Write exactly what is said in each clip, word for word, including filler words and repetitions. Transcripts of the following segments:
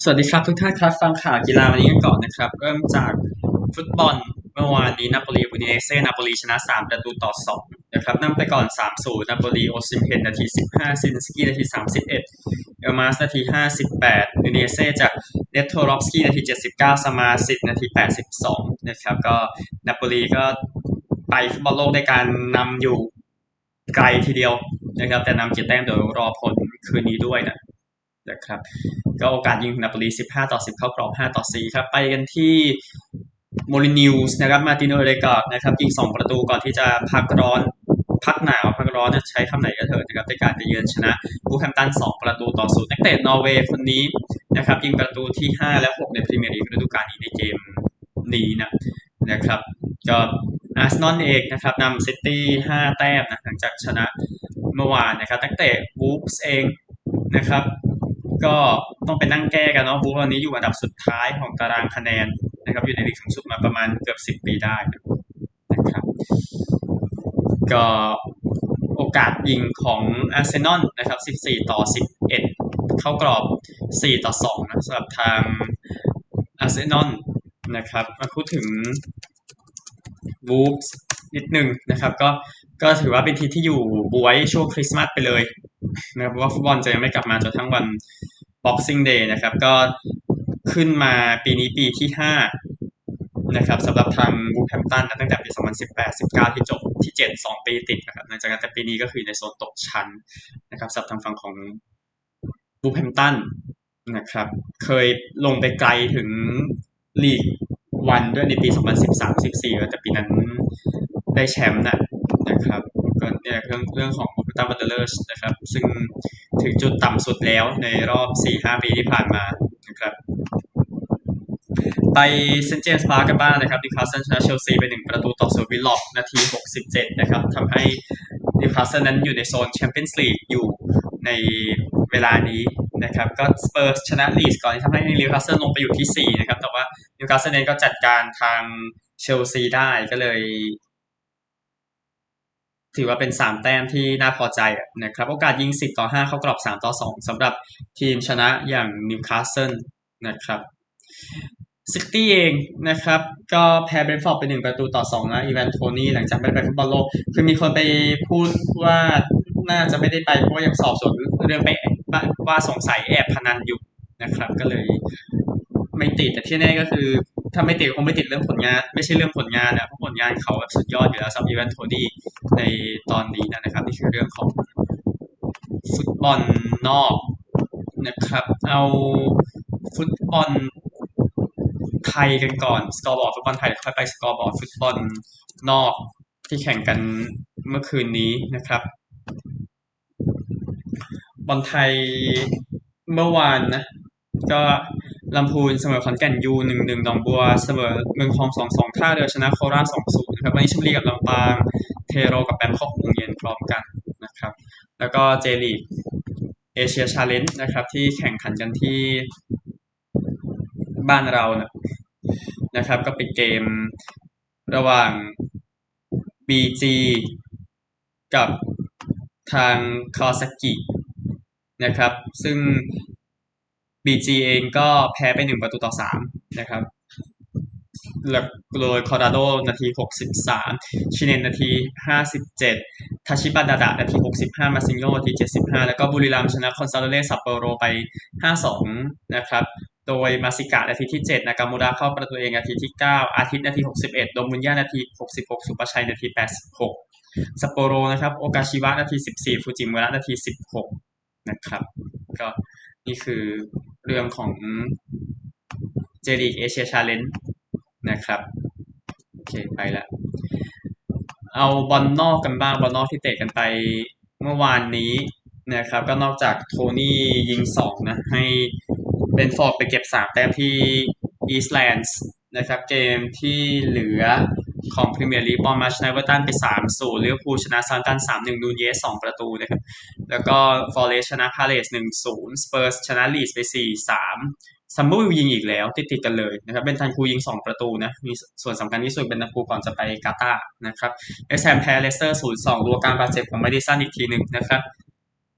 สวัสดีครับทุกท่านครับฟังข่าวกีฬาวันนี้กันก่อนนะครับเริ่มจากฟุตบอลเมื่อวานนี้นาโปลีอูดิเนเซ่นาโปลีชนะสามประตูต่อสองนะครับนำไปก่อน สามศูนย์ นาโปลีโอซิมเฮนนาทีสิบห้าซินสกี้นาทีสามสิบเอ็ดเอลมาสนาทีห้าสิบแปดอูดิเนเซ่จากเนตโทรอฟสกี้นาทีเจ็ดสิบเก้าสมาสิตนาทีแปดสิบสองนะครับก็นาโปลีก็ไปฟุตบอลโลกในการนำอยู่ไกลทีเดียวนะครับแต่นำกี่แต้มเดี๋ยวรอผลคืนนี้ด้วยนะนะครับก็โอกาสยิงของนาโปลีสิบห้าต่อสิบเข้ากรอบห้าต่อสี่ครับไปกันที่โมลินิวส์นะครับมาติโนเรกาดนะครับยิงสองประตูก่อนที่จะพักร้อนพักหนาวพักร้อนใช้คำไหนก็เถิดนะครับในการจะเยือนชนะบูแฮมตันสองประตูต่อศูนย์นักเตะนอร์เวย์คนนี้นะครับยิงประตูที่ห้าและหกในพรีเมียร์ลีกฤดูกาลนี้ในเกมนี้นะนะครับก็อาร์เซนอลเองนะครับนำซิตี้ห้าแต้มนะหลังจากชนะเมื่อวานนะครับนักเตะวูฟส์เองนะครับก็ต้องไปนั่งแก้กันเนาะวูฟตอนนี้อยู่อันดับสุดท้ายของตารางคะแนนนะครับอยู่ในลีกสูงสุดมาประมาณเกือบสิบปีได้นะครับก็โอกาสยิงของอาร์เซนอลนะครับสิบสี่ต่อสิบเอ็ดเข้ากรอบสี่ต่อสองนะสำหรับทางอาร์เซนอลนะครับมาพูดถึงวูฟส์นิดนึงนะครับก็ก็ถือว่าเป็นทีมที่อยู่บวยช่วงคริสต์มาสไปเลยนะครับเพราะว่าฟุตบอลจะยังไม่กลับมาจนทั้งวัน Boxing Day นะครับก็ขึ้นมาปีนี้ปีที่ห้านะครับสำหรับทางบูแฮมตันตั้งแต่ปีสองพันสิบแปด สิบเก้าที่จบที่เจ็ด สองปีติดนะครับหลังจากนั้นแต่ปีนี้ก็คือในโซนตกชั้นนะครับสำหรับทางฝั่งของบูแฮมตันนะครับเคยลงไปไกลถึงลีกวันด้วยในปีสองพันสิบสาม สิบสี่แต่ปีนั้นได้แชมป์นะนะครับก็เนี่ยเรื่องเรื่องของบูแฮมตัน Wanderers นะครับซึ่งถึงจุดต่ำสุดแล้วในรอบ สี่ห้า ปีที่ผ่านมานะครับไปเซนต์เจมส์พาร์คกันบ้างนะครับนิวคาสเซิลชนะเชลซีไปหนึ่งประตูต่อศูนย์วิลล็อกนาทีหกสิบเจ็ดนะครับทำให้นิวคาสเซิลนั้นอยู่ในโซนแชมเปี้ยนส์ลีกอยู่ในเวลานี้นะครับก็สเปอร์สชนะลีดส์ก่อนที่ทำให้นิวคาสเซิลลงไปอยู่ที่สี่นะครับแต่ว่านิวคาสเซิลเองก็จัดการทางเชลซีได้ก็เลยถือว่าเป็นสามแต้มที่น่าพอใจนะครับโอกาสยิงสิบต่อห้าเข้ากรอบสามต่อสองสำหรับทีมชนะอย่างนิวคาสเซิลนะครับซิตี้เองนะครับก็แพ้เบรนท์ฟอร์ดไปหนึ่งประตูต่อสองนะอีแวนโทนี่หลังจากไม่ได้ไปฟุตบอลโลกคือมีคนไปพูดว่าน่าจะไม่ได้ไปเพราะว่ายังสอบสวนเรื่องไปว่าสงสัยแอบพนันอยู่นะครับก็เลยไม่ติดแต่ที่แน่ก็คือถ้าไม่ติดคงไม่ติดเรื่องผลงานไม่ใช่เรื่องผลงานนะเพราะผลงานเขาแบบสุดยอดอยู่แล้วสำหรับอีแวนโทนี่ในตอนนี้นะครับนี่คือเรื่องของฟุตบอลนอกนะครับเอาฟุตบอลไทยกันก่อนสกอร์บอร์ดฟุตบอลไทยค่อยไปสกอร์บอร์ดฟุตบอลนอกที่แข่งกันเมื่อคืนนี้นะครับบอลไทยเมื่อวานนะก็ลำพูนเสมอขอนแก่นยูหนึ่งหนึ่งหนองบัวเสมอเมืองทองสองสองท่าเรือชนะโคราชสองศูนย์นะครับวันนี้ชลบุรีกับลำปางเทโรกับแบงคอกวงเย็นพร้อมกันนะครับแล้วก็เจลีกเอเชียชาเลนจ์นะครับที่แข่งขันกันที่บ้านเรานะนะครับก็เป็นเกมระหว่าง บี จี กับทางคาวาซากินะครับซึ่ง บี จี เองก็แพ้ไปหนึ่งประตูต่อสามนะครับโดยคอร์ราโดนาทีหกสิบสามชิเนนนาทีห้าสิบเจ็ดทาชิบะดาดะนาทีหกสิบห้ามาซิงโยนาทีเจ็ดสิบห้าแล้วก็บุรีรัมย์ชนะคอนซาโดเรซัปโปโรไป ห้าสอง นะครับโดยมาซิกะนาทีที่เจ็ดนากามูระเข้าประตูเองนาทีที่เก้าอาทิตย์นาทีหกสิบเอ็ดโดมุนย่านาทีหกสิบหกสุปชัยนาทีแปดสิบหกซัปโปโรนะครับโอกาชิวะนาทีสิบสี่ฟูจิมุระนาทีสิบหกนะครับก็นี่คือเรื่องของเจลีกเอเชียชาเลนจ์นะครับโอเคไปละเอาบอลนอกกันบ้างบอลนอกที่เตะกันไปเมื่อวานนี้นะครับก็นอกจากโทนี่ยิงสองนะให้เบรนท์ฟอร์ดไปเก็บสามแต้มที่อีสต์แลนด์นะครับเกมที่เหลือของพรีเมียร์ลีกบอลมาชนะเวอร์ตันไป สามศูนย์ ลิเวอร์พูลชนะซาร์ตัน สามหนึ่ง นูนเยสสองประตูนะครับแล้วก็ฟอเรสต์ชนะพาเลส หนึ่งศูนย์ สเปอร์สชนะลีดส์ไป สี่สามซัมเมอร์วิลยิงอีกแล้วติดๆกันเลยนะครับเบนทันคูยิงสองประตูนะมีส่วนสำคัญที่สุดเบนทันคูก่อนจะไปกาตาร์นะครับเอสแฮมแพ้เลสเตอร์ ศูนย์สอง รัวการบาดเจ็บของแมดิสันอีกทีหนึ่งนะครับ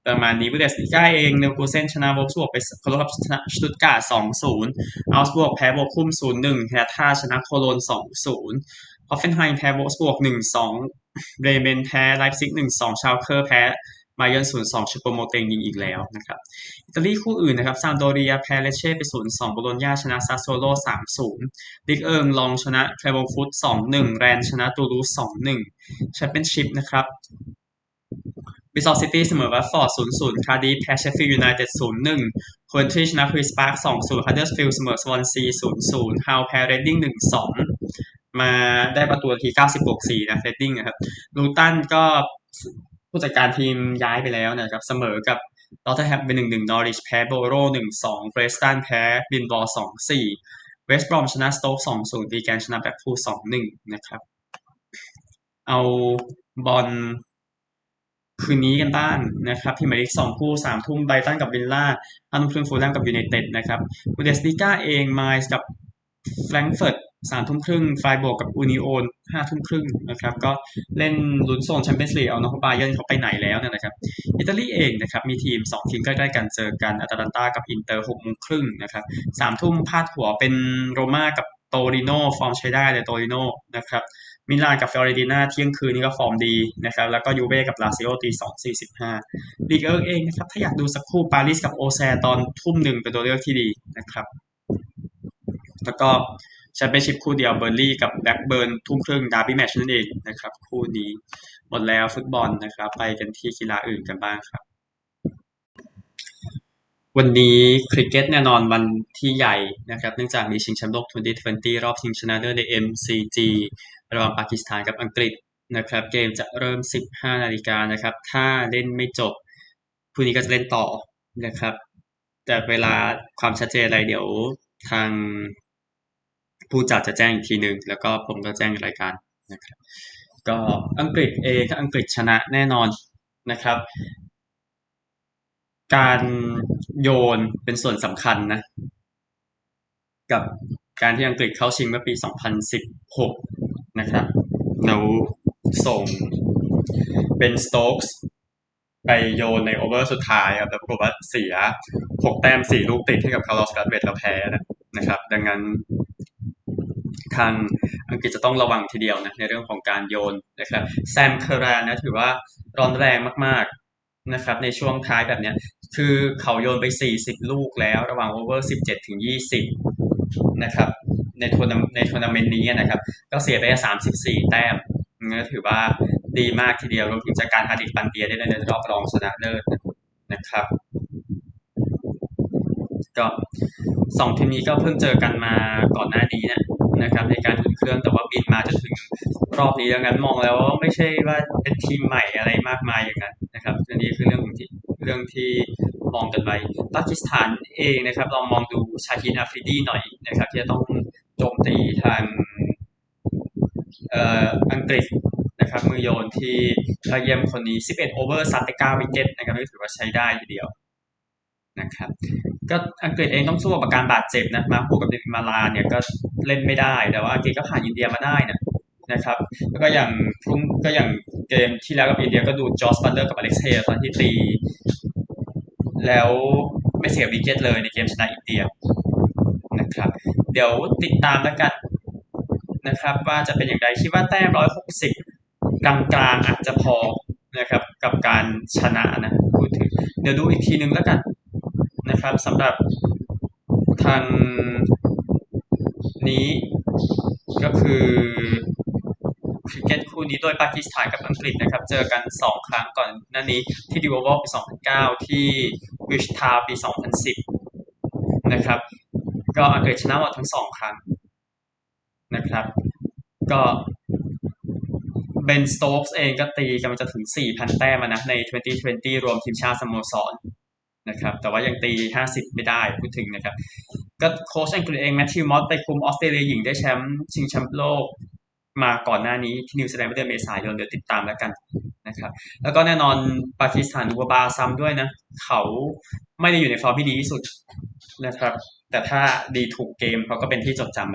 ประมาณนี้บูเดสลิก้าเองเลเวอร์คูเซนชนะวอลฟสบวกไปเคารพชนะสตุตการ์ด สองศูนย์ อัลส์บวกแพ้โบคุม ศูนย์หนึ่ง แฮท่าชนะโคโลน สองศูนย์ ฮอฟเฟนไฮม์แพ้โวลฟสบวก หนึ่งสอง เบรเมนแพ้ไลป์ซิก หนึ่งสอง ชาลเคอร์แพ้ไบเยิร์น ศูนย์สอง ชูโปโมเตงยิงอีกแล้วนะครับอิตาลีคู่อื่นนะครับซามโดเรียแพ้เลเช่ไป ศูนย์สอง โบโลญญาชนะซาสโซโล สามศูนย์ ลิกเอิงลองชนะเคลโบฟุต สองหนึ่ง แรนชนะตูลูส สองหนึ่ง แชมเปี้ยนชิพนะครับบิซอฟซิตี้เสมอวัตฟอร์ด ศูนย์ศูนย์ คาร์ดิฟแพ้เชฟฟิลด์ยูไนเต็ด ศูนย์หนึ่ง โคเวนทรีชนะควีนส์พาร์ค สองศูนย์ ฮัดเดอร์สฟิลด์เสมอสวอนซี ศูนย์ศูนย์ ฮาวแพ้เรดดิ้ง หนึ่งสอง มาได้ประตูทีเก้าสิบบวกสี่นะเรดดิ้งนะครับลูตันก็ผู้จัดการทีมย้ายไปแล้วนะครับเสมอกับลอตเทอร์แฮมเป็นหนึ่งหนึ่งนอริชแพ้โบโรหนึ่งสองเบรสตันแพ้บินบอลสองสี่เวสต์บรอมชนะสโต๊กสองศูนย์ดีแกนชนะแบล็คพูลสองหนึ่งนะครับเอาบอลคืนนี้กันบ้างนะครับพรีเมียร์ลีกสองคู่สามทุ่มไบรตันกับวิลล่าห้าทุ่มครึ่งฟูลแลมกับยูไนเต็ดนะครับบูเดสลิก้าเองไมล์กับแฟรงก์เฟิร์ตสามทุ่มครึ่งไฟบวกกับอูนิโอนห้าทุ่มครึ่งนะครับก็เล่นลุ้นโซนแชมเปี้ยนส์ลีกเอาน้องบาเยิร์นเขาไปไหนแล้วเนี่ยนะครับอิตาลีเองนะครับมีทีมสองทีมใกล้ๆกันเจอกันอาตาลันตากับอินเตอร์หกโมงครึ่งนะครับสามทุ่มพาดหัวเป็นโรม่ากับโตริโนฟอร์มใช้ได้เลยโตริโนนะครับมิลานกับฟิออเรนติน่าเที่ยงคืนนี้ก็ฟอร์มดีนะครับแล้วก็ยูเว่กับลาซิโอตีสองสี่สิบห้าลีกเอิร์กเองนะครับถ้าอยากดูสักคู่ปารีสกับโอแซตอนทุ่มหนึ่งเป็นตัวเลือกที่ดีนะครับแล้วก็แชมเปี้ยนชิพคู่เดียวเบอร์ลี่กับแบล็กเบิร์นทุ่มครึ่งดาร์บี้แมตช์นั่นเองนะครับคู่นี้หมดแล้วฟุตบอลนะครับไปกันที่กีฬาอื่นกันบ้างครับวันนี้คริกเก็ตแน่นอนวันที่ใหญ่นะครับเนื่องจากมีชิงแชมป์โลกยี่สิบยี่สิบรอบชิงชนะเลิศใน เอ็ม ซี จี ระหว่างปากีสถานกับอังกฤษนะครับเกมจะเริ่ม สิบห้านาฬิกานะครับถ้าเล่นไม่จบคู่นี้ก็จะเล่นต่อนะครับแต่เวลาความชัดเจนอะไรเดี๋ยวทางผู้จัดจะแจ้งอีกทีหนึ่งแล้วก็ผมก็แจ้งรายการนะครับก็อังกฤษเองถ้าอังกฤษชนะแน่นอนนะครับการโยนเป็นส่วนสำคัญนะกับการที่อังกฤษเข้าชิงเมื่อปี สองพันสิบหก นะครับแล้วส่งเบนสโต๊กส์ไปโยนในโอเวอร์สุดท้ายครับแล้วปรากฏว่าเสียหกแต้มสี่ลูกติดให้กับคาร์ลอสกาเวตแล้วแพ้นะครับดังนั้นทางอังกฤษจะต้องระวังทีเดียวนะในเรื่องของการโยนนะครับแซมเคอร์รานนะถือว่าร้อนแรงมากๆนะครับในช่วงท้ายแบบนี้คือเขาโยนไปสี่สิบลูกแล้วระหว่างโอเวอร์สิบเจ็ดถึงยี่สิบนะครับในทัวร์นาในทัวร์นาเมนต์นี้นะครับก็เสียไปสามสิบสี่แต้มก็ถือว่าดีมากทีเดียวรวมถึงจากการฮาร์ดิกปันเตียได้ในรอบรองชนะเลิศนะครับก็สองทีมนี้ก็เพิ่งเจอกันมาก่อนหน้านี้นะนะครับในการอุ่นเครื่องแต่ว่าบินมาจนถึงรอบนี้ดังนั้นมองแล้วไม่ใช่ว่าเป็นทีมใหม่อะไรมากมายอย่างนั้นนะครับอันนี้คือเรื่องของที่เรื่องที่มองกันไว้ปากีสถานเองนะครับลองมองดูชาฮินอาฟริดีหน่อยนะครับที่จะต้องโจมตีทางเอ่ออังกฤษนะครับมือโยนที่ยอดเยี่ยมคนนี้สิบเอ็ดโอเวอร์ซัดไปเก้าวิกเก็ตนะครับก็ถือว่าใช้ได้ทีเดียวนะครับก็อังกฤษเองต้องสู้กับการบาดเจ็บนะมาพูกับเดวิดมาลาเนี่ยก็เล่นไม่ได้แต่ว่าอังกฤษก็ผ่านอินเดียมาได้นะนะครับแล้วก็อย่างพุ่งก็อย่างเกมที่แล้วกับอินเดียก็ดูจอร์จบัตเลอร์กับอเล็กซ์เฮย์ตอนที่ตีแล้วไม่เสียวิกเก็ตเลยในเกมชนะอินเดียนะครับเดี๋ยวติดตามแล้วกันนะครับว่าจะเป็นอย่างไรคิดว่าแต้มหนึ่งร้อยหกสิบกลางๆอาจจะพอนะครับกับการชนะนะพูดถึงเดี๋ยวดูอีกทีนึงแล้วกันนะครับสำหรับทางนี้ก็คือคริกเก็ตคู่นี้โดยปากีสถานกับอังกฤษนะครับเจอกันสองครั้งก่อนหน้านี้ที่ดิวอลปีสองพันเก้าที่วิชทาปีสองพันสิบนะครับก็อังกฤษชนะหมดทั้งสองครั้งนะครับก็เบนสโต๊กส์เองก็ตีกำลังจะถึง สี่พัน แต้มนะในยี่สิบยี่สิบรวมทีมชาติสโมสรนะครับแต่ว่ายังตีห้าสิบไม่ได้พูดถึงนะครับก็โค้ชอังกฤษเองแมทธิวมอสไปคุมออสเตรเลียหญิงได้แชมป์ชิงแชมป์โลกมาก่อนหน้านี้ที่นิวซีแลนด์เมื่อเดือนเมษายนเดี๋ยวติดตามแล้วกันนะครับแล้วก็แน่นอนปากีสถานดูบาซัมด้วยนะเขาไม่ได้อยู่ในฟอร์มที่ดีที่สุดนะครับแต่ถ้าดีถูกเกมเขาก็เป็นที่จดจำมาแหละ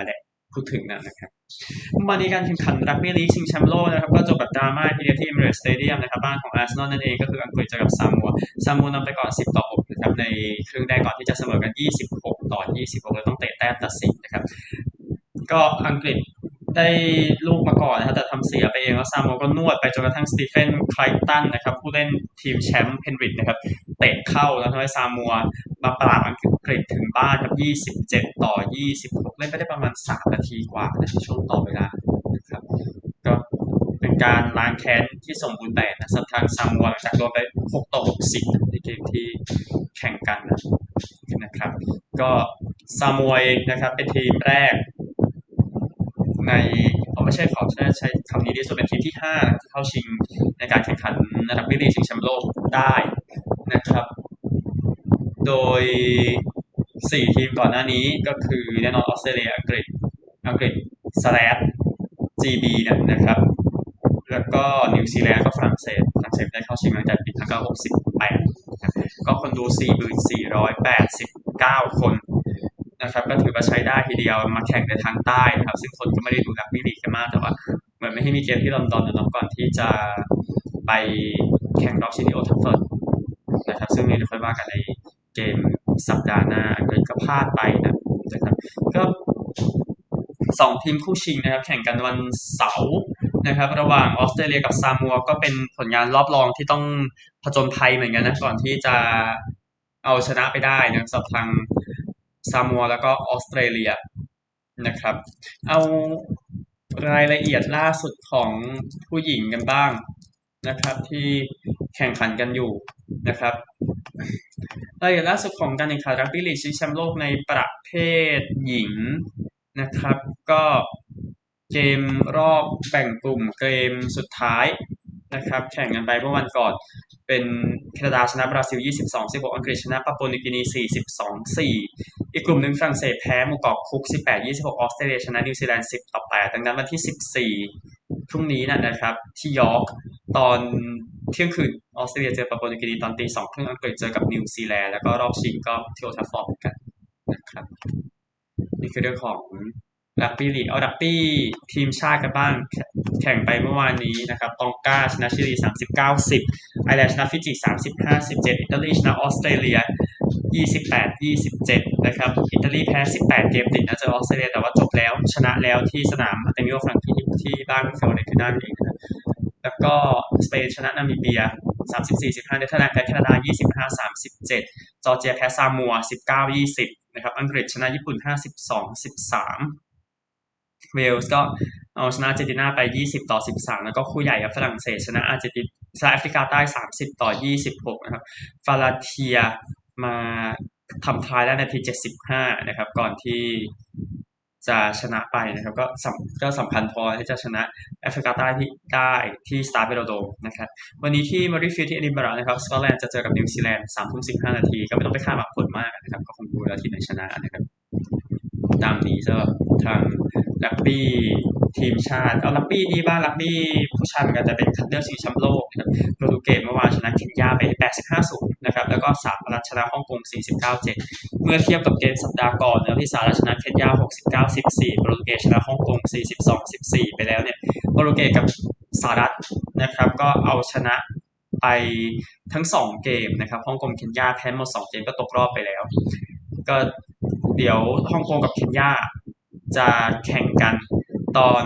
พูดถึงนะนะครับวันนี้การแข่งขันรักบี้ลีกชิงแชมป์โลกนะครับก็จบแบบดราม่าทีเดียวที่ Emirates Stadium นะครับบ้านของอาร์เซนอลนั่นเองก็คืออังกฤษเจอกับซามัวซามัวนำไปก่อนสิบต่อหกนะครับในครึ่งแรกก่อนที่จะเสมอกันยี่สิบหกต่อยี่สิบหกแล้วต้องเตะแต้มตัดสินนะครับก็อังกฤษได้ลูกมาก่อนนะครับแต่ทำเสียไปเองแล้วซามัวก็นวดไปจนกระทั่งสตีเฟนไคลตันนะครับผู้เล่นทีมแชมป์เพนริดนะครับเตะเข้าแล้วทำให้ซามัวมาปราบอังกฤษถึงบ้านครับยี่สิบเจ็ดต่อยี่สิบหกเล่นไปได้ประมาณสามนาทีกว่าในช่วงต่อเวลานะครับก็เป็นการล้างแค้นที่สมบูรณ์แบบนะสำหรับทางซามัวหลังจากโดนไปหกต่อหกสิบในเกมที่แข่งกันนะครับก็ซามัวเองนะครับเป็นทีมแรกในเอาไม่ใช่ขอใช้คำนี้ดีสุดเป็นทีมที่ห้าที่เข้าชิงในการแข่งขันระดับลีกชิงแชมป์โลกได้นะครับโดยสี่ทีมก่อนหน้านี้ก็คือแน่นอนออสเตรเลียอังกฤษอังกฤษสแลช จี บี เนี่ยนะครับแล้วก็นิวซีแลนด์ก็ฝรั่งเศสฝรั่งเศสได้เข้าชิงหลังจากปีหนึ่งพันเก้าร้อยหกสิบแปดก็คนดู สี่หมื่นสี่พันสี่ร้อยแปดสิบเก้า คนนะครับก็ถือว่าใช้ได้ทีเดียวมาแข่งในทางใต้นะครับซึ่งคนก็ไม่ได้ดูรักบี้ลีกกันมากแต่ว่าเหมือนไม่ให้มีเกมที่ลอนดอนนะก่อนที่จะไปแข่งรอบชิงที่โอลด์แทัฟฟอร์ดนะครับซึ่งนี่เดี๋ยวค่อยว่ากันในเกมสัปดาห์หน้าอังกฤษก็พลาดไปนะครับก็สองทีมคู่ชิงนะครับแข่งกันวันเสาร์นะครับระหว่างออสเตรเลียกับซามัวก็เป็นผลงานรอบรองที่ต้องผจญภัยเหมือนกันนะก่อนที่จะเอาชนะไปได้นะสำหรับทางซามัวแล้วก็ออสเตรเลียนะครับเอารายละเอียดล่าสุดของผู้หญิงกันบ้างนะครับที่แข่งขันกันอยู่นะครับรายละเอียดล่าสุดของการแข่งขันรักบี้ลีกชิงแชมป์โลกในประเภทหญิงนะครับก็เกมรอบแบ่งกลุ่มเกมสุดท้ายนะครับแข่งกันไปเมื่อวันก่อนเป็นแคนาดาชนะบราซิลยี่สิบสอง สิบหกอังกฤษชนะปาปัวนิวกินีสี่สิบสอง สี่อีกกลุ่มหนึ่งฝรั่งเศสแพ้หมู่เกาะคุกสิบแปด ยี่สิบหกออสเตรเลียชนะนิวซีแลนด์สิบต่อแปดดังนั้นวันที่สิบสี่พรุ่งนี้นะครับที่ยอร์กตอนเที่ยงคืนออสเตรเลียเจอปาปัวนิวกินีตอนตีสองครึ่งอังกฤษเจอกับนิวซีแลนด์แล้วก็รอบชิงก็ที่โอลด์แทัฟฟอร์ดกันนะครับนี่คือเรื่องของรักบี้ลีกเอารักบี้ทีมชาติกันบ้างแข่งไปเมื่อวานนี้นะครับตองกาชนะชิลีสามสิบเก้า สิบไอร์แลนด์ชนะฟิจิสามสิบห้า สิบเจ็ดอิตาลีชนะออสเตรเลียยี่สิบแปด ยี่สิบเจ็ดนะครับอิตาลีแพ้สิบแปดเกมติดนะเจอออสเตรเลียแต่ว่าจบแล้วชนะแล้วที่สนามอาร์เตมิโอฟรังกีที่บ้านฟิโอเรนติน่าเองนะครับแล้วก็สเปนชนะนามิเบียสามสิบสี่ สิบห้าเนเธอร์แลนด์แพ้แคนาดายี่สิบห้า สามสิบเจ็ดจอร์เจียแพ้ซามัวสิบเก้า ยี่สิบนะครับอังกฤษชนะญี่ปุ่นห้าสิบสอง สิบสามเวลส์ก็เอาชนะอาร์เจนตินาไปยี่สิบต่อสิบสามแล้วก็คู่ใหญ่กับฝรั่งเศสชนะอาร์เจนตินาแอฟริกาใต้สามสิบต่อยี่สิบหกนะครับฟาลาเทียมาทำทายได้นาทีเจ็ดสิบห้านะครับก่อนที่จะชนะไปนะครับก็ก็สำคัญพอที่จะชนะแอฟริกาใต้ที่ได้ที่สตาร์เวโรโดมนะครับวันนี้ที่มาริฟิลด์ที่เอดินบะระนะครับสกอตแลนด์จะเจอกับนิวซีแลนด์สามทุ่มสิบห้านาทีก็ไม่ต้องไปคาดหวังผลมากนะครับก็คงดูแล้วทีมไหนชนะนะครับตามนี้สำหรับทางรักบี้ทีมชาติเอารักบี้ดีบ้างรักบี้ผู้ชายเหมือนกันแต่เป็นคัดเลือกชิงแชมป์โลกนะครับโปรตุเกสเมื่อวานชนะเคนยาไปแปดสิบห้า ศูนย์นะครับแล้วก็สหรัฐชนะฮ่องกงสี่สิบเก้า เจ็ดเมื่อเทียบกับเกมสัปดาห์ก่อนนะที่สหรัฐชนะเคนยาหกสิบเก้า สิบสี่โปรตุเกสชนะฮ่องกงสี่สิบสอง สิบสี่ไปแล้วเนี่ยโปรตุเกสกับสหรัฐนะครับก็เอาชนะไปทั้งสองเกมนะครับฮ่องกงเคนยาแพ้หมดสองเกมก็ตกรอบไปแล้วก็เดี๋ยวฮ่องกงกับเคนยาจะแข่งกันตอน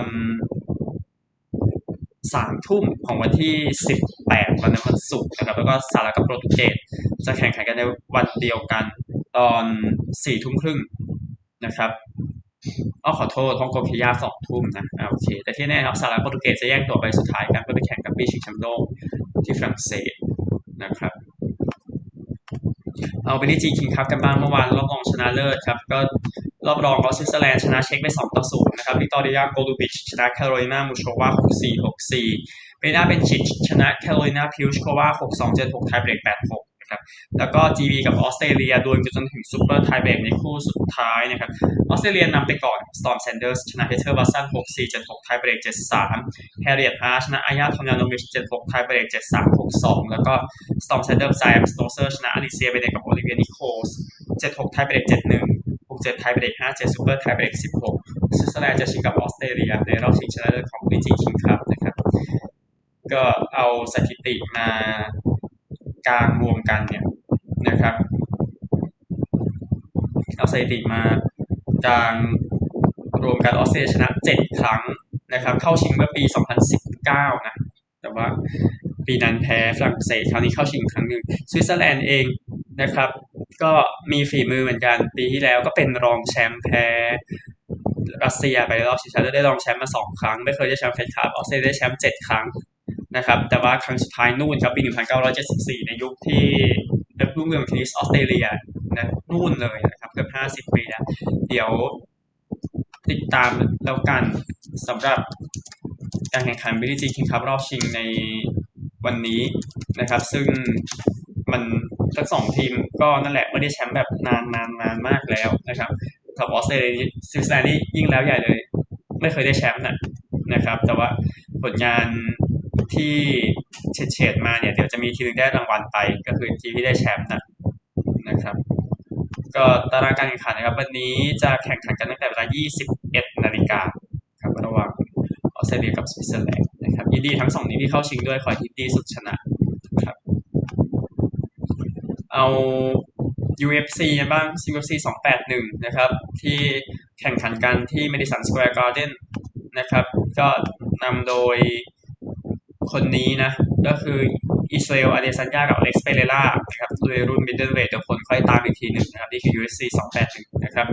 สามทุ่มของวันที่สิบแปดวันนั้นวันศุกร์นะครับแล้วก็สหรัฐกับโปรตุเกสจะแข่งขันกันในวันเดียวกันตอนสี่ทุ่มครึ่งนะครับอ้อขอโทษฮ่องกงเคนยาสองทุ่มนะโอเคแต่ที่แน่ครับสหรัฐโปรตุเกสจะแย่งตัวไปสุดท้ายกันเพื่อไปแข่งกับบี้ชิงแชมป์โลกที่ฝรั่งเศสนะครับเอาไปที่จีคิงคัพกันบ้างเมื่อวานรอบรองชนะเลิศครับก็รอบรองก็สวิตเซอร์แลนด์ชนะเช็กไปสองต่อศูนย์นะครับวิกตอเรียโกลูบิชชนะแคโรไลนามูโชวาหกสี่ หกสี่เบน่าเบนชิชชนะแคโรไลนาพิวชโควาหกสอง เจ็ดหกไทยเบรกแปดหกนะครับแล้วก็ จี บี กับออสเตรเลียดวลจนถึงซุปเปอร์ไทยเบรกในคู่สุดท้ายนะครับออสเตรเลียนำไปก่อนสตอร์มแซนเดอร์สชนะเฮเธอร์บัสซันหกสี่ เจ็ดหกไทยเบรกเจ็ดสามแฮร์ริเอตฮาร์ชนะอายาทอมยานโนมิชเจ็ดหกไทยเบรกเจ็ดสาม หกสองแล้วก็สตอร์มแซนเดอร์ไซมสโตเซอร์ชนะอลิเซียเบเนกับโอลิเวียนิโคลส์เจ็ดหกไทยเบรกเจ็ดหนึ่ง หกเจ็ดไทยเบรกห้าเจ็ดซุปเปอร์ไทยเบรกสิบหกสวิตเซอร์แลนด์จะชิงกับออสเตรเลียในรอบชิงชนะเลิศของ บี จี King Cup นะครับก็เอาสถิติมากางรวมกันเนี่ยนะครับเอาสถิติมากางรวมกันออสเตรเลียชนะเจ็ดครั้งนะครับเข้าชิงเมื่อปีสองพันสิบเก้านะแต่ว่าปีนั้นแพ้ฝรั่งเศสคราวนี้เข้าชิงครั้งหนึ่งสวิตเซอร์แลนด์เองนะครับก็มีฝีมือเหมือนกันปีที่แล้วก็เป็นรองแชมป์แพ้รัสเซียไปรอบชิงชนะเลิศได้รองแชมป์มาสองครั้งไม่เคยได้แชมป์เฟดคัพออสเตรเลียได้แชมป์เจ็ดครั้งนะครับแต่ว่าครั้งสุดท้ายนู่นครับปีหนึ่งพันเก้าร้อยเจ็ดสิบสี่ในยุคที่เป็นรุ่งเรืองเทนนิสออสเตรเลียนะนู่นเลยนะครับเกือบห้าสิบปีแล้วเดี๋ยวติดตามแล้วกันสำหรับการแข่งขัน บี จี King Cup รอบชิงในวันนี้นะครับซึ่งมันทั้งสองทีมก็นั่นแหละไม่ได้แชมป์แบบนานนานนานมากแล้วนะครับกับออสเตรเลียสวิตเซอร์แลนด์นี่ยิ่งแล้วใหญ่เลยไม่เคยได้แชมป์นะนะครับแต่ว่าผลงานที่เฉดๆมาเนี่ยเดี๋ยวจะมีทีมได้รางวัลไปก็คือทีมที่ได้แชมป์นะนะครับก็ตารางการแข่งขันนะครับวันนี้จะแข่งขันกันตั้งแต่เวลา ยี่สิบเอ็ด นาฬิกาครับระหว่างออสเตรเลียกับสวิตเซอร์แลนด์นะครับยินดีทั้งสองทีมที่เข้าชิงด้วยขอให้ทีมดีสุดชนะครับเอา ยู เอฟ ซี บ้าง ยู เอฟ ซี สองแปดหนึ่งนะครับที่แข่งขันกันที่ Madison Square Garden นะครับก็นำโดยคนนี้นะก็คืออิสราเอลอาเดซันยากับอเล็กซ์เปเรล่าครับโดยรุ่นมิดเดิลเวทเดี๋ยวคนค่อยตามอีกทีหนึ่งนะครับนี่คือ ยู เอฟ ซี สองแปดหนึ่งนะครับ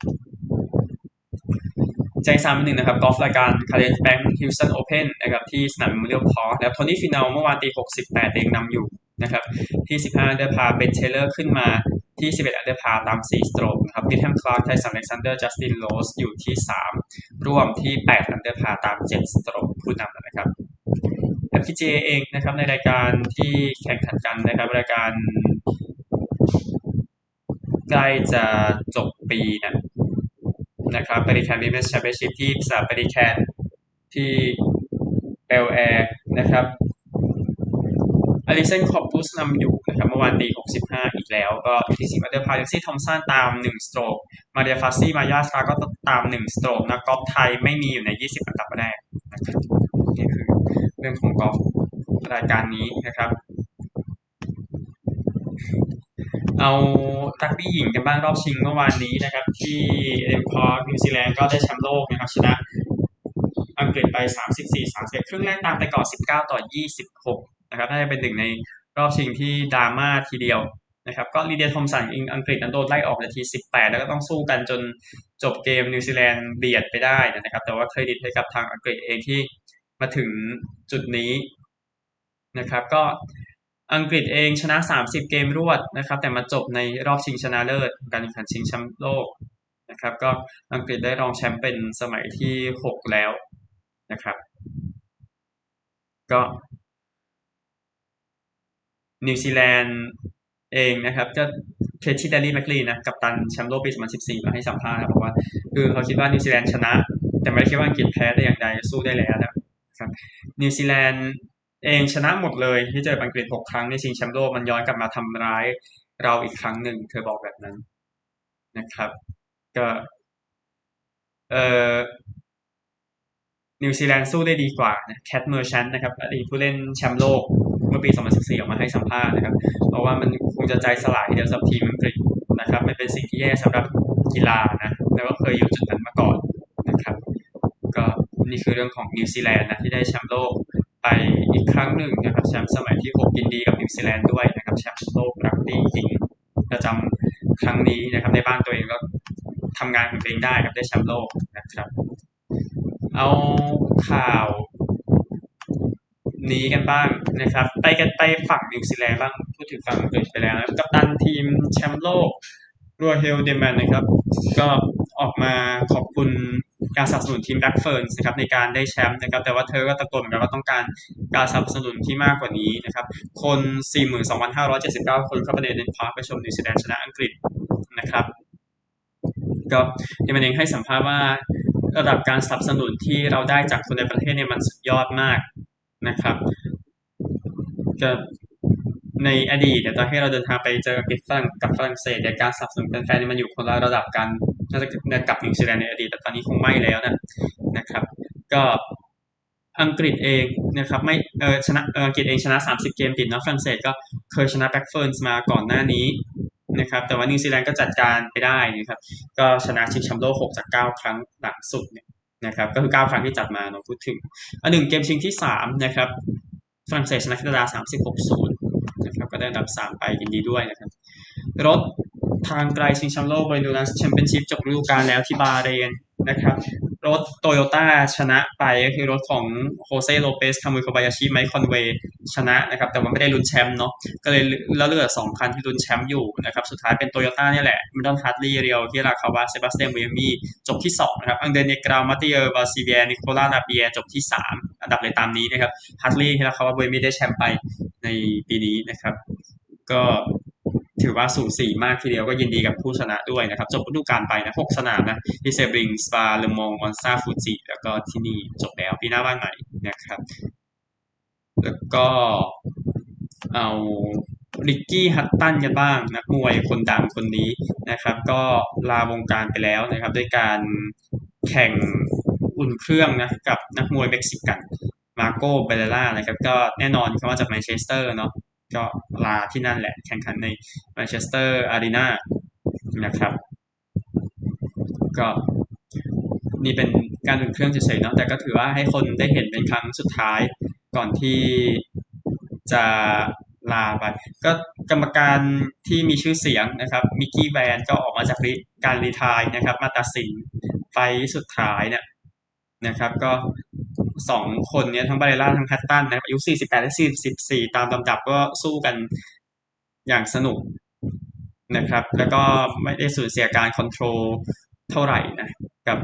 แจ้งซ้ำนิดนึงนะครับกอล์ฟรายการ Career Bank Houston Open นะครับที่สนาม Memorial Park แล้วโทนี่ฟินาลเมื่อวานตีหกสิบแปดเองนำอยู่นะครับที่สิบห้าอันเดอร์พาเบนเทเลอร์ขึ้นมาที่สิบเอ็ดอันเดอร์พาตามสี่สโตรกครับมิทแฮมคลาร์กไทสันอเล็กซานเดอร์จัสตินโรสอยู่ที่สามร่วมที่แปดอันเดอร์พาตามเจ็ดสโตรกผู้นำนะครับ แอล พี จี เอ เองนะครับในรายการที่แข่งขันกันนะครับรายการใกล้จะจบปีนะนะครับปริแคนวิมเมนส์แชมเปี้ยนชิพที่สนามปริแคนที่เบลแอร์นะครับอลิเซนคอปปุสนำอยู่นะครับเมื่อวานตีหกสิบห้าอีกแล้วก็อยู่ที่สิบอันเดอร์พาเล็กซี่ทอมสันตามหนึ่งสโตรกมาเรียฟาซี่มายาสตาก็ตามหนึ่งสโตรกนะกอล์ฟไทยไม่มีอยู่ในยี่สิบอันดับแรกนะครับนี่คือเรื่องของกอล์ฟรายการนี้นะครับเอารักบี้หญิงกันบ้างรอบชิงเมื่อวานนี้นะครับที่เอ็มพอร์ตนิวซีแลนด์ก็ได้แชมป์โลกนะครับชนะอังกฤษไปสามสิบสี่ สามสิบเอ็ดครึ่งแรกตามไปก่อนสิบเก้าต่อยี่สิบหกนะครับน่าจะเป็นหนึ่งในรอบชิงที่ดราม่าทีเดียวนะครับก็ลีเดียทอมสันอังกฤษนั้นโดนไล่ออกนาทีสิบแปดแล้วก็ต้องสู้กันจนจบเกมนิวซีแลนด์เบียดไปได้นะครับแต่ว่าเครดิตให้กับทางอังกฤษเองที่มาถึงจุดนี้นะครับก็อังกฤษเองชนะสามสิบเกมรวดนะครับแต่มาจบในรอบชิงชนะเลิศการแข่งขันชิงแชมป์โลกนะครับก็อังกฤษได้รองแชมป์เป็นสมัยที่หกแล้วนะครับก็นิวซีแลนด์เองนะครับก็เคที่เดลลี่แมคลีนะกัปตันแชมป์โลกปีสองพันสิบสี่มาให้สัมภาษณ์บอกว่าคือเขาคิดว่านิวซีแลนด์ชนะแต่ไม่ได้คิดว่าอังกฤษแพ้แต่อย่างใดสู้ได้แล้วนะครับนิวซีแลนด์เองชนะหมดเลยที่เจออังกฤษหกครั้งในชิงแชมป์โลกมันย้อนกลับมาทำร้ายเราอีกครั้งหนึ่งเธอบอกแบบนั้นนะครับก็เอ่อนิวซีแลนด์สู้ได้ดีกว่านะแคทเมอร์ชันนะครับอดีตผู้เล่นแชมป์โลกเมื่อปีสองพันสิบสี่ออกมาให้สัมภาษณ์นะครับเพราะว่ามันคงจะใจสลายทีเดียวสำหรับทีมอังกฤษนะครับมันเป็นสิ่งที่แย่สำหรับกีฬานะแล้วก็เคยอยู่จุดนั้นมาก่อนนะครับก็นี่คือเรื่องของนิวซีแลนด์นะที่ได้แชมป์โลกไปอีกครั้งหนึ่งนะครับแชมป์สมัยที่หกยินดีกับนิวซีแลนด์ด้วยนะครับแชมป์โลกรักบี้หญิงประจำครั้งนี้นะครับในบ้านตัวเองก็ทำงานของตัวเองได้ครับได้แชมป์โลกนะครับเอาข่าวนี้กันบ้างนะครับไปกันไปฝั่งนิวซีแลนด์บ้างพูดถึงฝั่งอังกฤษไปแล้วนะกัปตันทีมแชมป์โลกรัวเฮลเดแมนนะครับก็ออกมาขอบคุณการสนับสนุนทีมแบล็กเฟิร์นนะครับในการได้แชมป์นะครับแต่ว่าเธอก็ตะโกนเหมือนกันว่าต้องการการสนับสนุนที่มากกว่านี้นะครับคน สี่หมื่นสองพันห้าร้อยเจ็ดสิบเก้า คนเข้าไปในพาร์คไปชมนิวซีแลนด์ชนะอังกฤษนะครับก็เดแมนเองให้สัมภาษณ์ว่าระดับการสนับสนุนที่เราได้จากคนในประเทศเนี่ยมันสุดยอดมากนะครับก็ในอดีตเนี่ยตอนที่เราเดินทางไปเจอกับฝรั่งกับฝรั่งเศสเนี่ยการสนับสนุนแฟนๆมันอยู่คนละระดับกันน่าจะกับนิวซีแลนด์ในอดีตแต่ตอนนี้คงไม่แล้วนะนะครับก็อังกฤษเองนะครับไม่เออชนะเอออังกฤษเองชนะสามสิบเกมติดเนาะฝรั่งเศสก็เคยชนะแบ็กเฟิร์นมาก่อนหน้านี้นะครับแต่ว่านิวซีแลนด์ก็จัดการไปได้นะครับก็ชนะชิงแชมป์โลกหกจากเก้าครั้งหลังสุดเนี่ยนะครับก็คือเก้าครั้งที่จัดมาเนาะพูดถึงอันหนึ่งเกมชิงที่สามนะครับฝรั่งเศสชนะแคนาดาสามสิบหกศูนย์นะครับก็ได้อันดับสามไปยินดีด้วยนะครับรถทางไกลชิงแชมป์โลก Endurance Championship จบฤดูกาลแล้วที่บาห์เรนนะครับรถโตโยต้าชนะไปก็คือรถของโฮเซ่โลเปสคามุยโคบายาชิไมค์คอนเวย์ชนะนะครับแต่ว่าไม่ได้ลุ้นแชมป์เนาะก็เลยแล้วเหลือสองคันที่ลุ้นแชมป์อยู่นะครับสุดท้ายเป็นโตโยต้าเนี่ยแหละมิดดอนฮัตลีเรียวที่ราคาวาเซบาสเตียนเวมีจบที่สองนะครับอังเดเนกรามาติเออร์บาซิเบียนิโคลาลาเบียจบที่สามอันดับเลยตามนี้นะครับฮัตลีที่ราคาวาเวมีได้แชมป์ไปในปีนี้นะครับก็ถือว่าสูสีมากทีเดียวก็ยินดีกับผู้ชนะด้วยนะครับจบฤดูกาลไปนะหกสนามนะที่เซบริงสปาเลมองมอนซาฟูจิแล้วก็ที่นี่จบแล้วปีหน้าบ้านใหม่นะครับแล้วก็เอาริกกี้ฮัตตันกันบ้างนักมวยคนดังคนนี้นะครับก็ลาวงการไปแล้วนะครับด้วยการแข่งอุ่นเครื่องนะกับนักมวยเม็กซิกันมาโกเบเลล่านะครับก็แน่นอนเขามาจากแมนเชสเตอร์เนาะก็ลาที่นั่นแหละแข่งขันในแมนเชสเตอร์อารีนานะครับก็นี่เป็นการอุ่นเครื่องเฉยๆเนาะแต่ก็ถือว่าให้คนได้เห็นเป็นครั้งสุดท้ายก่อนที่จะลาไปก็กรรมการที่มีชื่อเสียงนะครับมิกกี้แวนก็ออกมาจากการรีไทร์นะครับมาตัดสินไฟสุดท้ายเนี่ยนะครับก็สองคนเนี้ยทั้งบาเรล่าทั้งแพตตันนะครับอายุสี่สิบแปดและสี่สิบสี่ตามลำดับก็สู้กันอย่างสนุกนะครับแล้วก็ไม่ได้สูญเสียการคอนโทรลเท่าไหร่นะกับ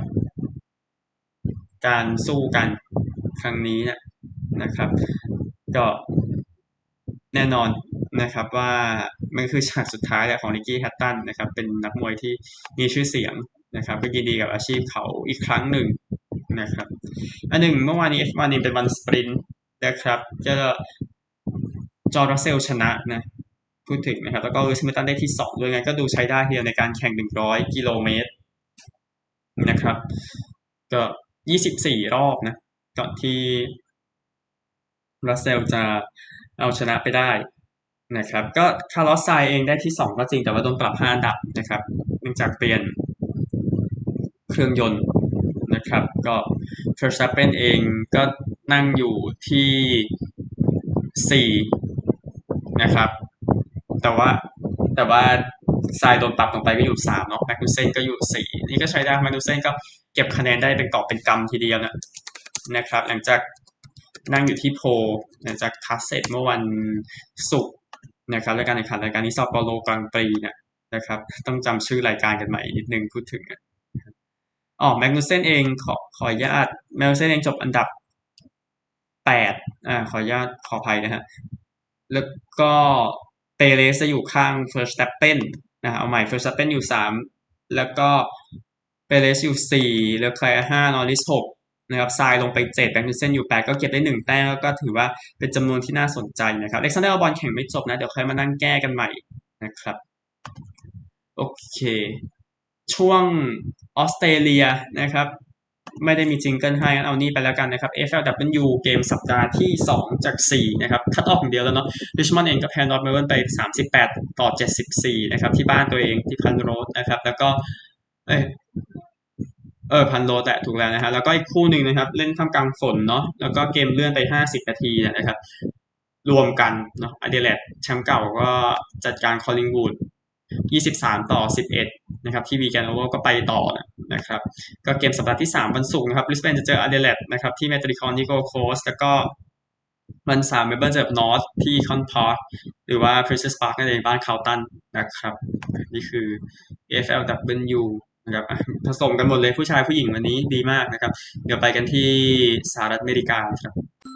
การสู้กันครั้งนี้เนี่ยนะครับก็แน่นอนนะครับว่ามันคือฉากสุดท้ายแหละของนิกกี้แฮตตันนะครับเป็นนักมวยที่มีชื่อเสียงนะครับก็ยินดีกับอาชีพเขาอีกครั้งหนึ่งนะครับอันหนึ่งเมื่อวานนี้ เอฟ วัน นี้เป็นวันสปรินต์นะครับก็จอร์รัสเซลชนะนะพูดถึงนะครับแล้วก็ลูอิส แฮมิลตันได้ที่สองด้วยไงก็ดูใช้ได้ทีเดียวในการแข่งหนึ่งร้อยกิโลเมตรนะครับก็ยี่สิบสี่รอบนะก่อนที่รัสเซลจะเอาชนะไปได้นะครับก็คาร์ลอสไซน์เองได้ที่สองก็จริงแต่ว่าโดนปรับห้าอันดับนะครับเนื่องจากเปลี่ยนเครื่องยนต์นะครับก็ Verstappen เองก็นั่งอยู่ที่สี่นะครับแต่ว่าแต่ว่าทรายโดนปรับลงไปก็อยู่สามเนาะแมกนูเซนก็อยู่สี่นี่ก็ใช้ได้แมกนูเซนก็เก็บคะแนนได้เป็นกอบเป็นกำทีเดียวนะนะครับหลังจากนั่งอยู่ที่โพลหลังจากคัดเสร็จเมื่อวันศุกร์นะครับและการแข่งขันรายการนี้ซาโปโลกลางปีเนี่ยนะครับต้องจำชื่อรายการกันใหม่นิดนึงพูดถึงอ๋อแมกนูเซนเองขอขออนุญาตแมกนูเซนเองจบอันดับแปดอ่าขออนุญาตขออภัยนะฮะแล้วก็เปเรสจะอยู่ข้างเฟอร์สแตปเปนนะเอาใหม่เฟอร์สแตปเปนอยู่สามแล้วก็เปเรสอยู่สี่เลอแคลร์ห้านอริสหกนะครับทรายลงไปเจ็ดแบงค์นูเซนอยู่แปดก็เก็บได้หนึ่งแต้มก็ถือว่าเป็นจำนวนที่น่าสนใจนะครับเล็กซานเดอร์บอลแข่งไม่จบนะเดี๋ยวค่อยมานั่งแก้กันใหม่นะครับโอเคช่วงออสเตรเลียนะครับไม่ได้มีจิงเกิลให้เอานี่ไปแล้วกันนะครับ เอฟ แอล ดับเบิลยู เกมสัปดาห์ที่สองจากสี่นะครับคัดออกอย่างเดียวแล้วเนาะริชมอนด์เองก็แพ้นอร์ทเมลเบิร์นไปสามสิบแปดต่อเจ็ดสิบสี่นะครับที่บ้านตัวเองที่พันโรสนะครับแล้วก็เอ้ยเออพันโรสแหละถูกแล้วนะฮะแล้วก็อีกคู่หนึ่งนะครับเล่นท่ามกลางฝนเนาะแล้วก็เกมเลื่อนไปห้าสิบนาทีนะครับรวมกันเนาะอเดเลดแชมป์เก่าก็จัดการคอลลิงวูดยี่สิบสามต่อสิบเอ็ดนะครับที่วีแกนโอเวอร์ก็ไปต่อนะครับก็เกมสัปดาห์ที่สามวันศุกร์นะครับบริสเบนจะเจออเดเลดนะครับที่เมโทรคอนนิโกโคสแล้วก็วันเสาร์เมลเบิร์นเจอกับนอร์ทที่คอนพาร์คหรือว่า Princess Park นั่นเองบ้านคาวตันนะครับนี่คือ เอ เอฟ แอล ดับเบิลยู นะครับผสมกันหมดเลยผู้ชายผู้หญิงวันนี้ดีมากนะครับเดี๋ยวไปกันที่สหรัฐอเมริกาครับ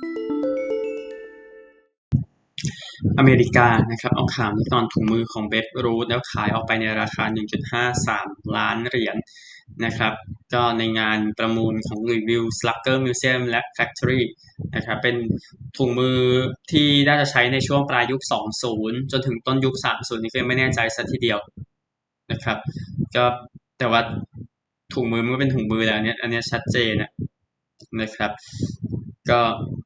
อเมริกานะครับเอาข่าวนี้ตอนถุงมือของเบสรูทแล้วขายออกไปในราคา หนึ่งจุดห้าสาม ล้านเหรียญนะครับก็ในงานประมูลของ Review Slugger Museum และ Factory นะครับเป็นถุงมือที่น่าจะใช้ในช่วงปลายยุค สองพัน จนถึงต้นยุค สามสิบ นี่ก็ไม่แน่ใจซะทีเดียวนะครับก็แต่ว่าถุงมือมันก็เป็นถุงมือแล้วอันเนี้ยอันเนี้ยชัดเจนนะนะครับก็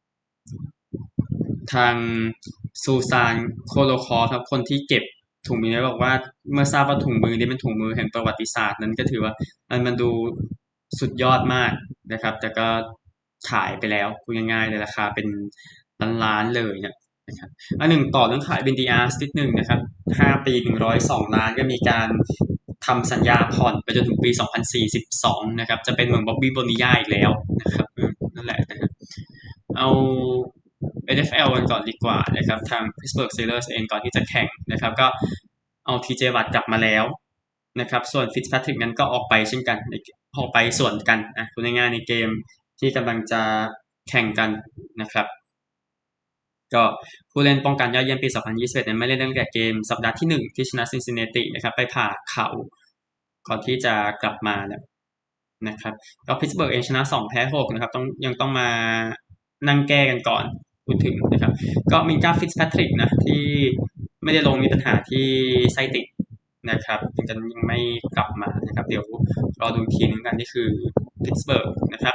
ทางซูซานโคโลคอฟครับคนที่เก็บถุงมือนี้บอกว่าเมื่อทราบว่าถุงมือนี้เป็นถุงมือแห่งประวัติศาสตร์นั้นก็ถือว่ามันมันดูสุดยอดมากนะครับแต่ก็ขายไปแล้วพูดง่ายๆเลยราคาเป็นล้านๆเลยเนะนะครับอันหนึ่งต่อเรื่องขายเป็นดีอาร์นิดหนึ่งนะครับห้าปีหนึ่งร้อยสองล้านก็มีการทำสัญญาผ่อนไปจนถึงปีสองพันสี่สิบสองนะครับจะเป็นเหมือนบ๊อบบี้โบนิยาอีกแล้วนะครับนั่นแหละนะครับเอา เอ็น เอฟ แอล กันก่อนดีกว่านะครับทาง Pittsburgh Steelers เองก่อนที่จะแข่งนะครับก็เอา ที เจ Watt กลับมาแล้วนะครับส่วน Fitzpatrick นั้นก็ออกไปเช่นกันออกไปส่วนกันนะคุณง่ายๆในเกมที่กำลังจะแข่งกันนะครับก็ผู้เล่นป้องกันยอดเยี่ยมปีสองพันยี่สิบเอ็ดนั้นไม่เล่นตั้งแต่เกมสัปดาห์ที่หนึ่งที่ชนะซินซินเนตินะครับไปผ่าเข่าก่อนที่จะกลับมานะครับก็พิตต์สเบิร์กเองชนะสองแพ้หกนะครับต้องยังต้องมานั่งแก้กันก่อนพูดถึงนะครับก็มินกาฟิตซ์แพทริกนะที่ไม่ได้ลงมีปัญหาที่ไส้ติ่งนะครับยังจะยังไม่กลับมานะครับเดี๋ยวรอดูทีนึงกันนี่คือพิตต์สเบิร์กนะครับ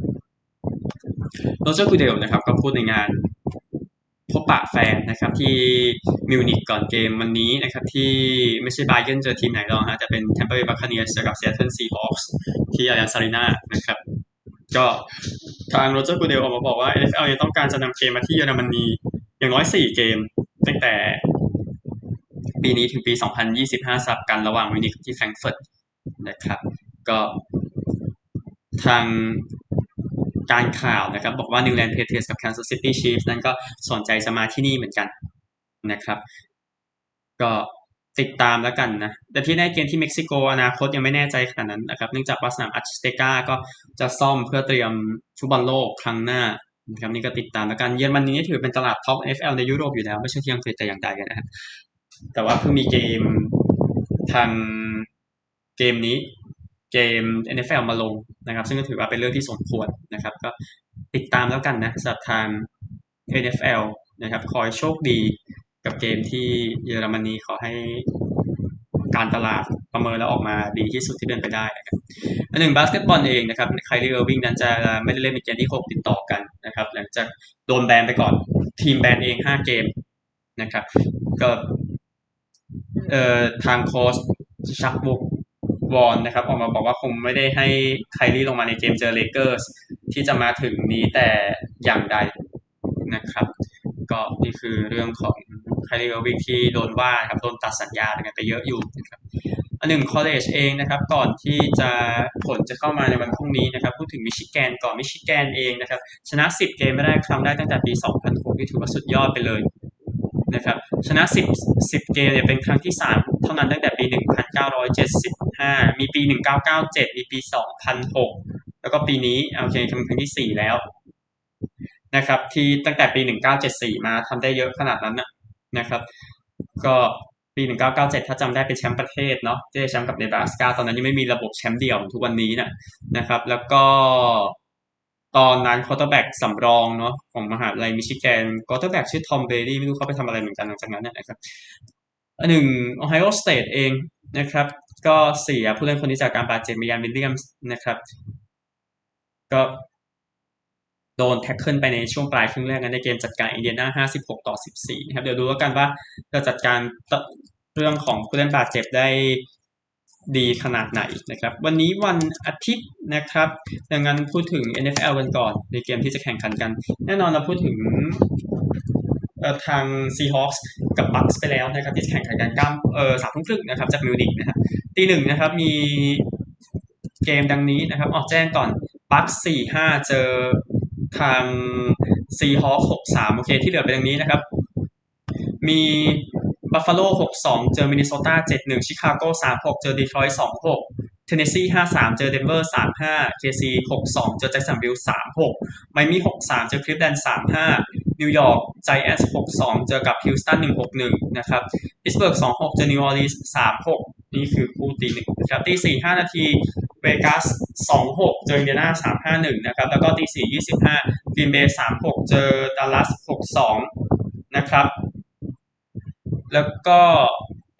โรเจอร์กูเดลนะครับก็พูดในงานพบปะแฟนนะครับที่มิวนิกก่อนเกมวันนี้นะครับที่ไม่ใช่บาเยิร์นเจอทีมไหนหรอกฮะจะเป็นแทมเปอร์เบย์บัคคาเนียร์เจอกับซีแอตเทิลซีฮอคส์ที่อาริอันซารีนานะครับก็ทางโรเจอร์กูเดลออกมาบอกว่า เอ็น เอฟ แอล ยังต้องการจะนำเกมมาที่เยอรมนีอย่างน้อยสี่เกมตั้งแต่ปีนี้ถึงปีสองพันยี่สิบห้าสลับกันระหว่างมิวนิกที่แฟรงก์เฟิร์ตนะครับก็ทางการข่าวนะครับบอกว่า New England Patriots กับ Kansas City Chiefs นั้นก็สนใจจะมาที่นี่เหมือนกันนะครับก็ติดตามแล้วกันนะแต่ที่แน่เกมที่เม็กซิโกอนาคตยังไม่แน่ใจขนาดนั้นนะครับเนื่องจากว่าสนามอัชเตกาก็จะซ่อมเพื่อเตรียมฟุตบอลโลกครั้งหน้านะครับนี่ก็ติดตามแล้วกันเยอรมนีนี่ถือเป็นตลาดท็อป เอ็น เอฟ แอล ในยุโรปอยู่แล้วไม่ใช่ที่อังกฤษแต่อย่างใดนะครับแต่ว่าเพิ่งมีเกมทางเกมนี้เกม เอ็น เอฟ แอล มาลงนะครับซึ่งก็ถือว่าเป็นเรื่องที่สมควรนะครับก็ติดตามแล้วกันนะสำหรับทาง เอ็น เอฟ แอล นะครับขอให้โชคดีกับเกมที่เยอรมนีขอให้การตลาดประเมินแล้วออกมาดีที่สุดที่เป็นไปได้นะครับอันหนึ่งบาสเกตบอลเองนะครับไคลรี่เออร์วิงนั้นจะไม่ได้เล่นเป็นเกมที่หกติดต่อกันนะครับหลังจากโดนแบนไปก่อนทีมแบนเองห้าเกมนะครับก็เอ่อทางโค้ชชักบุกวอนนะครับออกมาบอกว่าคงไม่ได้ให้ไคลรี่ลงมาในเกมเจอเลเกอร์สที่จะมาถึงนี้แต่อย่างใดนะครับก็นี่คือเรื่องของไคลรี่เออร์วิงที่โดนว่าครับโดนตัดสัญญาอะไรกันไปเยอะอยู่นะครับอันหนึ่งคอลเลจเองนะครับก่อนที่จะผลจะเข้ามาในวันพรุ่งนี้นะครับพูดถึงมิชิแกนก่อนมิชิแกนเองนะครับชนะสิบเกมไม่ได้ครั้งได้ตั้งแต่ปีสองพันหกที่ถือว่าสุดยอดไปเลยนะครับชนะ10 10เกมเนี่ยเป็นครั้งที่สามเท่านั้นตั้งแต่ปีหนึ่งพันเก้าร้อยเจ็ดสิบห้ามีปีหนึ่งพันเก้าร้อยเก้าสิบเจ็ดมีปีสองพันหกแล้วก็ปีนี้โอเคเป็นครั้งที่สี่แล้วนะครับที่ตั้งแต่ปีหนึ่งพันเก้าร้อยเจ็ดสิบสี่มาทำได้เยอะขนาดนั้นนะนะครับก็ปีหนึ่งพันเก้าร้อยเก้าสิบเจ็ดถ้าจำได้เป็นแชมป์ประเทศเนาะที่ได้แชมป์กับเนบราสกาตอนนั้นยังไม่มีระบบแชมป์เดี่ยวทุกวันนี้นะนะครับแล้วก็ตอนนั้นควอเตอร์แบ็กสำรองเนาะของมหาวิทยาลัยมิชิแกนควอเตอร์แบ็กชื่อทอมเบรดี้ไม่รู้เขาไปทำอะไรเหมือนกันหลังจากนั้นนะครับอันหนึ่งโอไฮโอสเตทเองนะครับก็เสียผู้เล่นคนนี้จากการบาดเจ็บมียานวิลเลียมส์นะครับก็โดนแท็กเกิลไปในช่วงปลายครึ่งแรกในเกมจัดการอินเดียนาห้าสิบหกต่อสิบสี่นะครับเดี๋ยวดูแล้วกันว่าจะจัดการเรื่องของผู้เล่นบาดเจ็บได้ดีขนาดไหนนะครับวันนี้วันอาทิตย์นะครับดังนั้นพูดถึง เอ็น เอฟ แอล กันก่อนในเกมที่จะแข่งขันกันแน่นอนเราพูดถึงทาง Seahawks กับ Bucks ไปแล้วนะครับที่แข่งขันกันก้ามเอ่อสามทุ่มครึ่งนะครับจากมิวนิกนะครับตีหนึ่งนะครับมีเกมดังนี้นะครับออกแจ้งก่อน Bucks สี่ห้าเจอทาง Seahawks หกสามโอเคที่เหลือเป็นดังนี้นะครับมีบัฟฟาโลหกสองเจอมินนิโซตาเจ็ดหนึ่งชิคาโกสามหกเจอดีทรอยต์สองหกเทนเนสซีห้าสามเจอเดนเวอร์สามห้า เค ซี หกสองเจอแจ็คสันวิลล์สามหกไมอามี่หกสามเจอคลิฟแลนด์สามห้านิวยอร์กไจแอนท์หกสองเจอกับฮิวสตันหนึ่งหกหนึ่งนะครับพิตต์สเบิร์กสองหกเจอนิวออร์ลีนส์สามหกนี่คือคู่ตีหนึ่งนะครับตีสี่ห้านาทีเวกัสสองหกเจออินเดียนาสามห้าหนึ่งนะครับแล้วก็ตีสี่ยี่สิบห้ากรีนเบย์สามหกเจอดัลลัสหกสองนะครับแล้วก็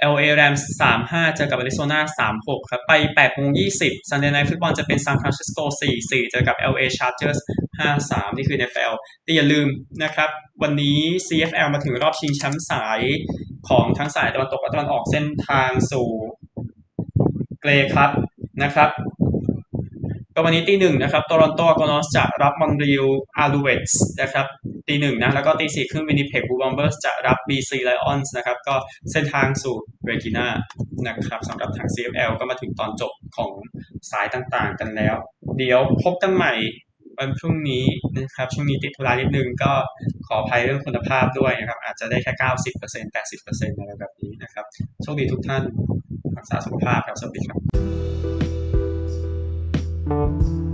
แอล เอ Rams สามห้าเจอกับ Arizona สามหกครับไปแปดโมงยี่สิบ Sunday Night Football จะเป็น San Francisco สี่สี่เจอกับ แอล เอ Chargers ห้าสามนี่คือ เอ็น เอฟ แอล แต่อย่าลืมนะครับวันนี้ ซี เอฟ แอล มาถึงรอบชิงแชมป์สายของทั้งสายตะวันตกและตะวันออกเส้นทางสู่เกรย์ครับนะครับก็วันนี้ตีหนึ่งนะครับโตรอนโตอาร์โกนอสจะรับมอนทรีออลอาร์ลูเวตส์นะครับตีหนึ่งนะแล้วก็ตีสี่ครึ่งวินนิเพกบูลบอมเบอร์สจะรับ บี ซี Lions นะครับก็เส้นทางสู่เรกิน่านะครับสำหรับทาง ซี เอฟ แอล ก็มาถึงตอนจบของสายต่างๆกันแล้วเดี๋ยวพบกันใหม่วันพรุ่งนี้นะครับช่วงนี้ติดธุระนิดนึงก็ขออภัยเรื่องคุณภาพด้วยนะครับอาจจะได้แค่ เก้าสิบเปอร์เซ็นต์ แปดสิบเปอร์เซ็นต์ อะไรแบบนี้นะครับโชคดีทุกท่านรักษาสุขภาพครับสวัสดีครับ